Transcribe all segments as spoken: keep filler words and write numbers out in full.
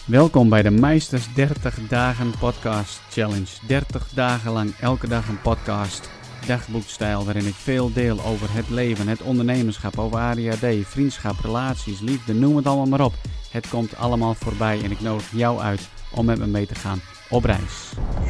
Welkom bij de Meisters dertig Dagen Podcast Challenge. dertig dagen lang, elke dag een podcast, dagboekstijl waarin ik veel deel over het leven, het ondernemerschap, over A D H D, vriendschap, relaties, liefde, noem het allemaal maar op. Het komt allemaal voorbij en ik nodig jou uit om met me mee te gaan op reis.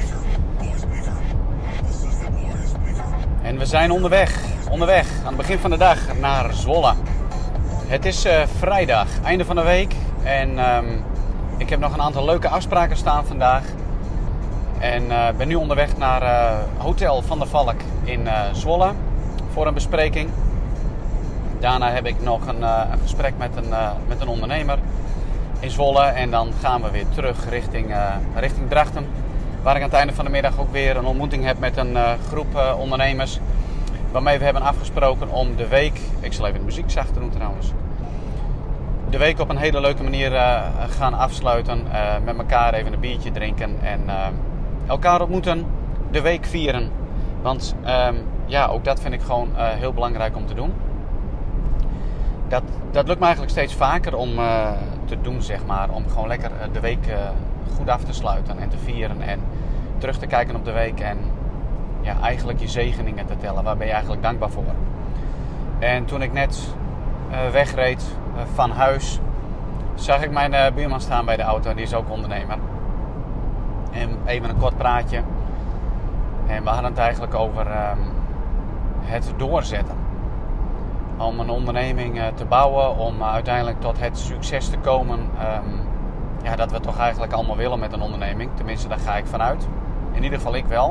En we zijn onderweg, onderweg aan het begin van de dag naar Zwolle. Het is uh, vrijdag, einde van de week en um, ik heb nog een aantal leuke afspraken staan vandaag. En uh, ben nu onderweg naar uh, Hotel Van der Valk in uh, Zwolle voor een bespreking. Daarna heb ik nog een, uh, een gesprek met een, uh, met een ondernemer in Zwolle. En dan gaan we weer terug richting, uh, richting Drachten. Waar ik aan het einde van de middag ook weer een ontmoeting heb met een uh, groep uh, ondernemers. Waarmee we hebben afgesproken om de week... Ik zal even de muziek zachter doen trouwens. De week op een hele leuke manier uh, gaan afsluiten. Uh, met elkaar even een biertje drinken. En uh, elkaar ontmoeten. De week vieren. Want uh, ja, ook dat vind ik gewoon uh, heel belangrijk om te doen. Dat, dat lukt me eigenlijk steeds vaker om uh, te doen, zeg maar. Om gewoon lekker uh, de week uh, goed af te sluiten en te vieren. En terug te kijken op de week. En ja, eigenlijk je zegeningen te tellen. Waar ben je eigenlijk dankbaar voor? En toen ik net uh, wegreed uh, van huis, zag ik mijn uh, buurman staan bij de auto. Die is ook ondernemer. En even een kort praatje. En we hadden het eigenlijk over uh, het doorzetten. Om een onderneming uh, te bouwen. Om uh, uiteindelijk tot het succes te komen. Um, ja, dat we toch eigenlijk allemaal willen met een onderneming. Tenminste, daar ga ik vanuit. In ieder geval ik wel.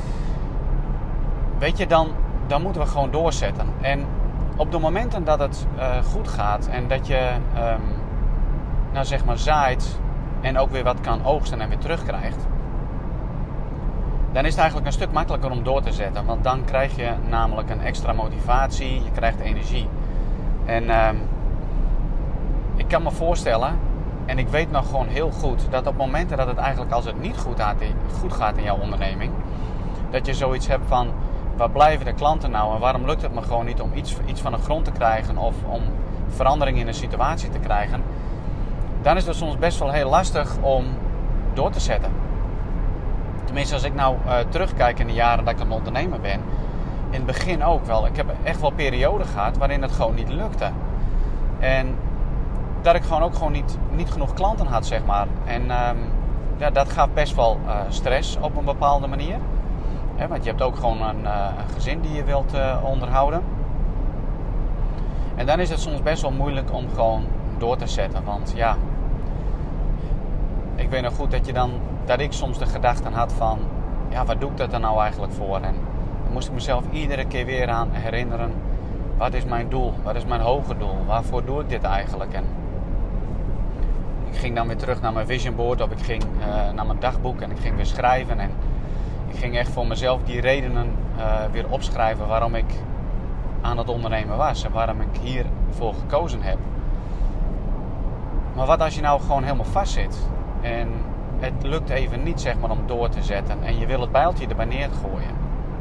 Weet je, dan, dan moeten we gewoon doorzetten. En op de momenten dat het uh, goed gaat en dat je um, nou zeg maar zaait en ook weer wat kan oogsten en weer terugkrijgt, dan is het eigenlijk een stuk makkelijker om door te zetten. Want dan krijg je namelijk een extra motivatie, je krijgt energie. En um, ik kan me voorstellen, en ik weet nog gewoon heel goed, dat op momenten dat het eigenlijk als het niet goed gaat, goed gaat in jouw onderneming, dat je zoiets hebt van, waar blijven de klanten nou en waarom lukt het me gewoon niet om iets, iets van de grond te krijgen of om verandering in een situatie te krijgen, dan is het soms best wel heel lastig om door te zetten. Tenminste, als ik nou uh, terugkijk in de jaren dat ik een ondernemer ben, in het begin ook wel. Ik heb echt wel perioden gehad waarin het gewoon niet lukte. En dat ik gewoon ook gewoon niet, niet genoeg klanten had, zeg maar. En um, ja, dat gaf best wel uh, stress op een bepaalde manier. He, want je hebt ook gewoon een, uh, een gezin die je wilt uh, onderhouden. En dan is het soms best wel moeilijk om gewoon door te zetten. Want ja, ik weet nog goed dat, je dan, dat ik soms de gedachten had van, ja, wat doe ik dat er nou eigenlijk voor? En dan moest ik mezelf iedere keer weer aan herinneren, wat is mijn doel? Wat is mijn hoger doel? Waarvoor doe ik dit eigenlijk? En ik ging dan weer terug naar mijn vision board of ik ging uh, naar mijn dagboek en ik ging weer schrijven. En ik ging echt voor mezelf die redenen uh, weer opschrijven waarom ik aan het ondernemen was en waarom ik hiervoor gekozen heb. Maar wat als je nou gewoon helemaal vast zit en het lukt even niet, zeg maar, om door te zetten en je wil het bijltje erbij neergooien.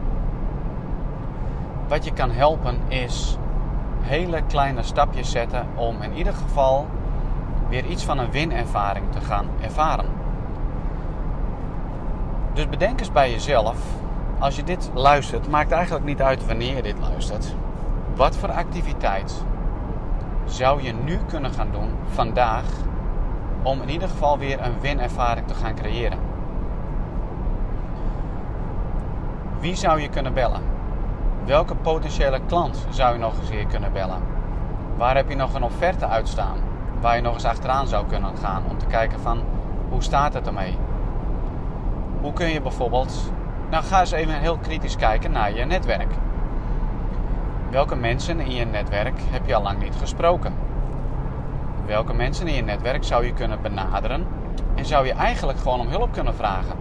Wat je kan helpen is hele kleine stapjes zetten om in ieder geval weer iets van een winervaring te gaan ervaren. Dus bedenk eens bij jezelf, als je dit luistert, maakt eigenlijk niet uit wanneer je dit luistert. Wat voor activiteit zou je nu kunnen gaan doen, vandaag, om in ieder geval weer een winervaring te gaan creëren? Wie zou je kunnen bellen? Welke potentiële klant zou je nog eens hier kunnen bellen? Waar heb je nog een offerte uitstaan, waar je nog eens achteraan zou kunnen gaan om te kijken van, hoe staat het ermee? Hoe kun je bijvoorbeeld... Nou, ga eens even heel kritisch kijken naar je netwerk. Welke mensen in je netwerk heb je al lang niet gesproken? Welke mensen in je netwerk zou je kunnen benaderen en zou je eigenlijk gewoon om hulp kunnen vragen?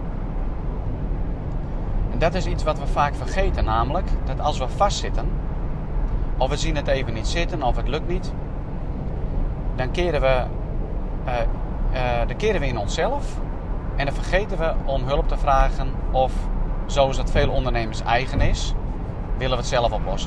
En dat is iets wat we vaak vergeten, namelijk dat als we vastzitten, of we zien het even niet zitten, of het lukt niet, dan keren we, uh, uh, dan keren we in onszelf. En dan vergeten we om hulp te vragen of, zoals het veel ondernemers eigen is, willen we het zelf oplossen.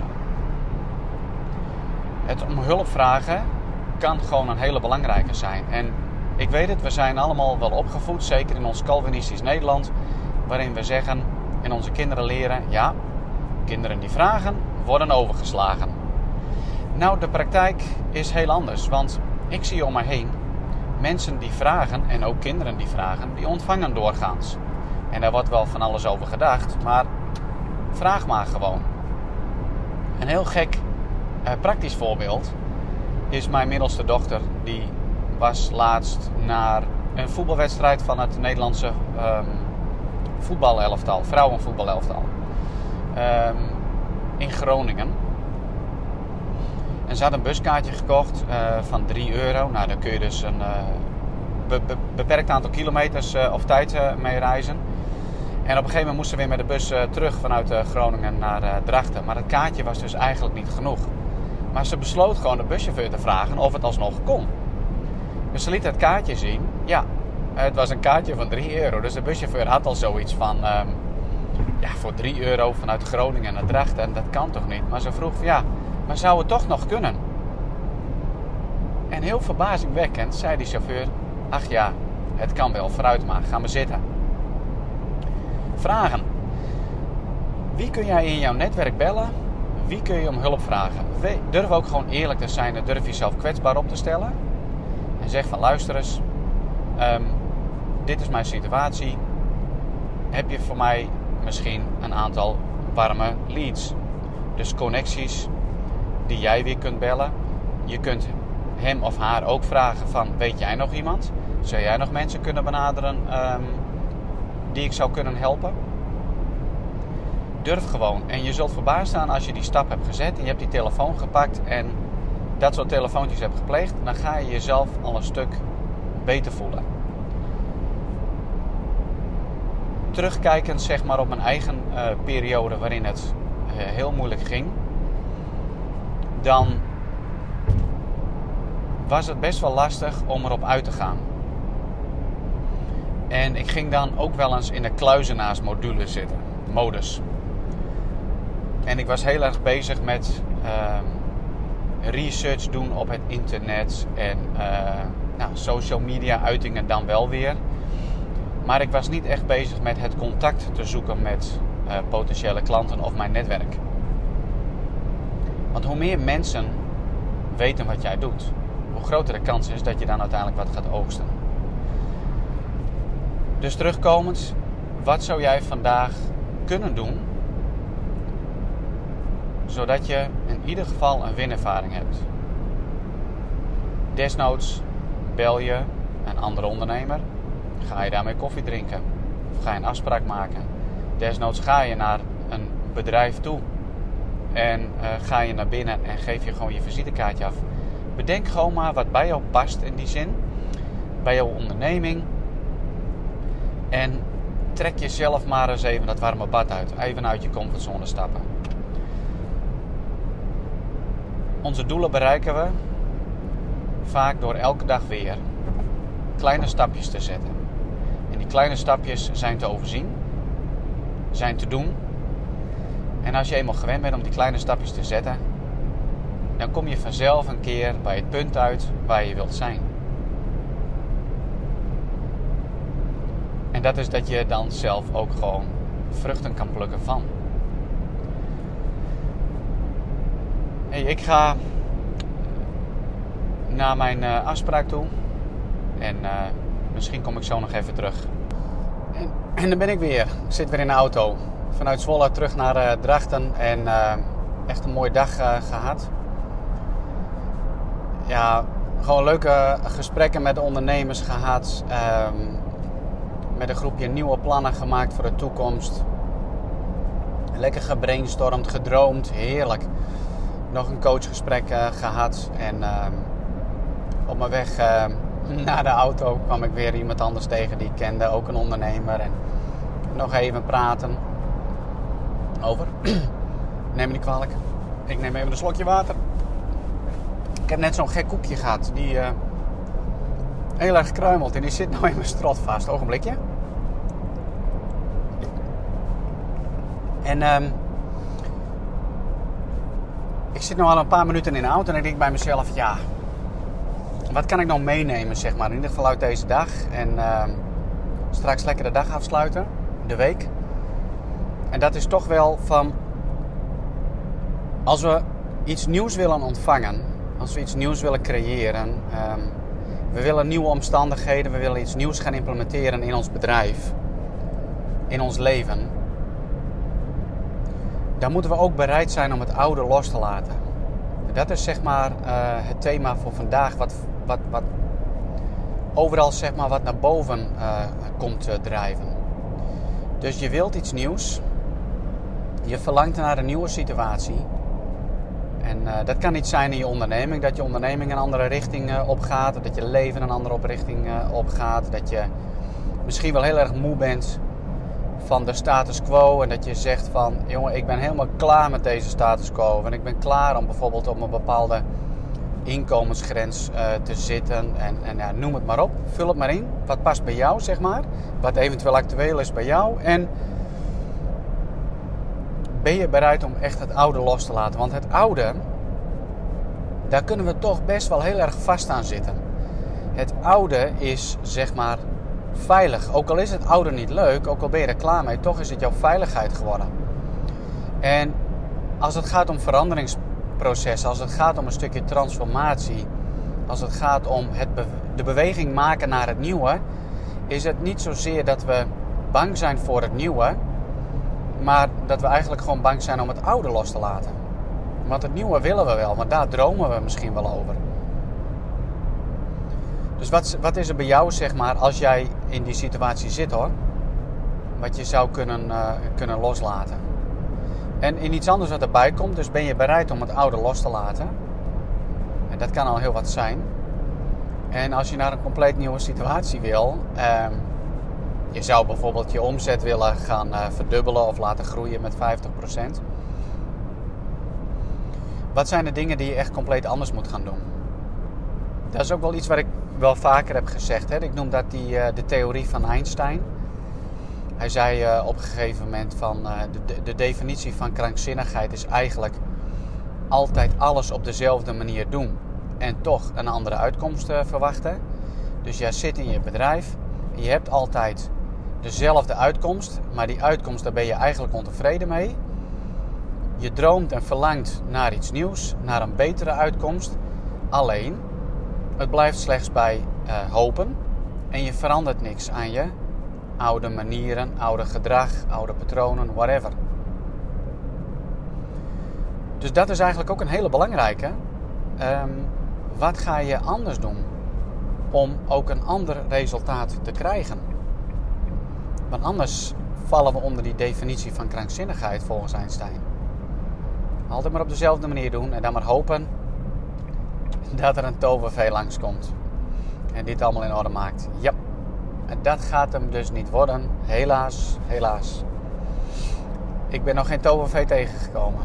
Het om hulp vragen kan gewoon een hele belangrijke zijn. En Ik weet het, we zijn allemaal wel opgevoed, zeker in ons Calvinistisch Nederland, waarin we zeggen en onze kinderen leren, ja, kinderen die vragen, worden overgeslagen. Nou, de praktijk is heel anders, want ik zie om me heen mensen die vragen en ook kinderen die vragen, die ontvangen doorgaans. En daar wordt wel van alles over gedacht, maar vraag maar gewoon. Een heel gek uh, praktisch voorbeeld is mijn middelste dochter. Die was laatst naar een voetbalwedstrijd van het Nederlandse um, voetbalelftal, vrouwenvoetbalelftal, um, in Groningen. En ze had een buskaartje gekocht uh, van drie euro. Nou, daar kun je dus een uh, be- be- beperkt aantal kilometers uh, of tijd uh, mee reizen. En op een gegeven moment moesten we weer met de bus uh, terug vanuit uh, Groningen naar uh, Drachten. Maar het kaartje was dus eigenlijk niet genoeg. Maar ze besloot gewoon de buschauffeur te vragen of het alsnog kon. Dus ze liet het kaartje zien. Ja, het was een kaartje van drie euro. Dus de buschauffeur had al zoiets van... Um, ja, voor drie euro vanuit Groningen naar Drachten. En dat kan toch niet? Maar ze vroeg van ja, maar zou het toch nog kunnen? En heel verbazingwekkend zei die chauffeur... Ach ja, het kan wel, vooruit maar, ga maar zitten. Vragen. Wie kun jij in jouw netwerk bellen? Wie kun je om hulp vragen? Durf ook gewoon eerlijk te zijn en durf jezelf kwetsbaar op te stellen. En zeg van luister eens, um, dit is mijn situatie. Heb je voor mij misschien een aantal warme leads? Dus connecties die jij weer kunt bellen. Je kunt hem of haar ook vragen van, weet jij nog iemand? Zou jij nog mensen kunnen benaderen um, die ik zou kunnen helpen? Durf gewoon. En je zult verbaasd staan als je die stap hebt gezet. En je hebt die telefoon gepakt en dat soort telefoontjes hebt gepleegd. Dan ga je jezelf al een stuk beter voelen. Terugkijkend zeg maar op mijn eigen uh, periode waarin het uh, heel moeilijk ging. Dan was het best wel lastig om erop uit te gaan. En ik ging dan ook wel eens in de kluizenaarsmodule zitten. Modus. En ik was heel erg bezig met uh, research doen op het internet. En uh, nou, social media uitingen dan wel weer. Maar ik was niet echt bezig met het contact te zoeken met uh, potentiële klanten of mijn netwerk. Want hoe meer mensen weten wat jij doet, hoe groter de kans is dat je dan uiteindelijk wat gaat oogsten. Dus terugkomend, wat zou jij vandaag kunnen doen, zodat je in ieder geval een winervaring hebt? Desnoods bel je een andere ondernemer, ga je daarmee koffie drinken of ga je een afspraak maken. Desnoods ga je naar een bedrijf toe en uh, ga je naar binnen en geef je gewoon je visitekaartje af. Bedenk gewoon maar wat bij jou past in die zin, bij jouw onderneming. En trek jezelf maar eens even dat warme bad uit. Even uit je comfortzone stappen. Onze doelen bereiken we vaak door elke dag weer kleine stapjes te zetten. En die kleine stapjes zijn te overzien, zijn te doen. En als je eenmaal gewend bent om die kleine stapjes te zetten, dan kom je vanzelf een keer bij het punt uit waar je wilt zijn. En dat is dat je dan zelf ook gewoon vruchten kan plukken van. Hey, ik ga naar mijn uh, afspraak toe. En uh, misschien kom ik zo nog even terug. En, en dan ben ik weer. Ik zit weer in de auto. Vanuit Zwolle terug naar uh, Drachten. En uh, echt een mooie dag uh, gehad. Ja, gewoon leuke gesprekken met de ondernemers gehad. Um, met een groepje nieuwe plannen gemaakt voor de toekomst. Lekker gebrainstormd, gedroomd. Heerlijk. Nog een coachgesprek uh, gehad. En uh, op mijn weg uh, naar de auto kwam ik weer iemand anders tegen die ik kende. Ook een ondernemer. En nog even praten. Over. Neem me niet kwalijk. Ik neem even een slokje water. Ik heb net zo'n gek koekje gehad. Die uh, heel erg kruimelt. En die zit nou in mijn strot vast. Ogenblikje. En um, ik zit nu al een paar minuten in de auto. En ik denk bij mezelf. Ja. wat kan ik nou meenemen, zeg maar, in ieder geval uit deze dag. En uh, straks lekker de dag afsluiten, de week. En dat is toch wel van, als we iets nieuws willen ontvangen, als we iets nieuws willen creëren, um, we willen nieuwe omstandigheden, we willen iets nieuws gaan implementeren in ons bedrijf, in ons leven, dan moeten we ook bereid zijn om het oude los te laten. Dat is zeg maar uh, het thema voor vandaag, wat, wat, wat overal zeg maar wat naar boven uh, komt uh, drijven. Dus je wilt iets nieuws, je verlangt naar een nieuwe situatie. En uh, dat kan niet zijn in je onderneming, dat je onderneming een andere richting uh, opgaat, dat je leven een andere richting uh, opgaat, dat je misschien wel heel erg moe bent van de status quo en dat je zegt van, jongen, ik ben helemaal klaar met deze status quo en ik ben klaar om bijvoorbeeld op een bepaalde inkomensgrens uh, te zitten en, en ja, noem het maar op, vul het maar in, wat past bij jou, zeg maar, wat eventueel actueel is bij jou en ben je bereid om echt het oude los te laten? Want het oude, daar kunnen we toch best wel heel erg vast aan zitten. Het oude is, zeg maar, veilig. Ook al is het oude niet leuk, ook al ben je er klaar mee, toch is het jouw veiligheid geworden. En als het gaat om veranderingsprocessen, als het gaat om een stukje transformatie, als het gaat om het be- de beweging maken naar het nieuwe, is het niet zozeer dat we bang zijn voor het nieuwe, maar dat we eigenlijk gewoon bang zijn om het oude los te laten. Want het nieuwe willen we wel, want daar dromen we misschien wel over. Dus wat, wat is er bij jou, zeg maar, als jij in die situatie zit, hoor, wat je zou kunnen, uh, kunnen loslaten? En in iets anders wat erbij komt, dus ben je bereid om het oude los te laten? En dat kan al heel wat zijn. En als je naar een compleet nieuwe situatie wil, uh, je zou bijvoorbeeld je omzet willen gaan uh, verdubbelen of laten groeien met vijftig procent. Wat zijn de dingen die je echt compleet anders moet gaan doen? Dat is ook wel iets wat ik wel vaker heb gezegd. Hè? Ik noem dat die, uh, de theorie van Einstein. Hij zei uh, op een gegeven moment van uh, de, de definitie van krankzinnigheid is eigenlijk altijd alles op dezelfde manier doen en toch een andere uitkomst uh, verwachten. Dus jij zit in je bedrijf en je hebt altijd dezelfde uitkomst, maar die uitkomst, daar ben je eigenlijk ontevreden mee. Je droomt en verlangt naar iets nieuws, naar een betere uitkomst. Alleen, het blijft slechts bij uh, hopen en je verandert niks aan je oude manieren, oude gedrag, oude patronen, whatever. Dus dat is eigenlijk ook een hele belangrijke. Um, wat ga je anders doen om ook een ander resultaat te krijgen? Want anders vallen we onder die definitie van krankzinnigheid volgens Einstein. Altijd maar op dezelfde manier doen en dan maar hopen dat er een tovervee langskomt en dit allemaal in orde maakt. Ja, en dat gaat hem dus niet worden. Helaas, helaas. Ik ben nog geen tovervee tegengekomen.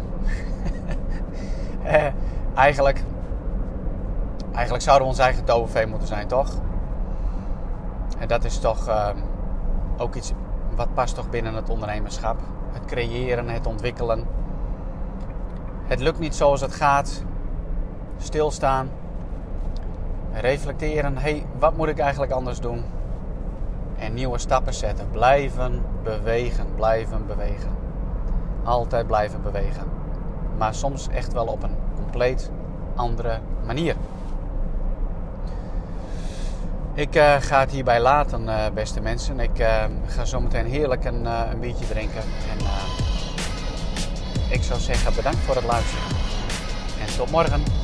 eh, eigenlijk, eigenlijk zouden we ons eigen tovervee moeten zijn, toch? En dat is toch uh, ook iets wat past toch binnen het ondernemerschap. Het creëren, het ontwikkelen. Het lukt niet zoals het gaat. Stilstaan. Reflecteren. Hé, hey, wat moet ik eigenlijk anders doen? En nieuwe stappen zetten. Blijven bewegen. Blijven bewegen. Altijd blijven bewegen. Maar soms echt wel op een compleet andere manier. Ik uh, ga het hierbij laten, uh, beste mensen. Ik uh, ga zo meteen heerlijk een, uh, een biertje drinken. En uh, ik zou zeggen bedankt voor het luisteren. En tot morgen.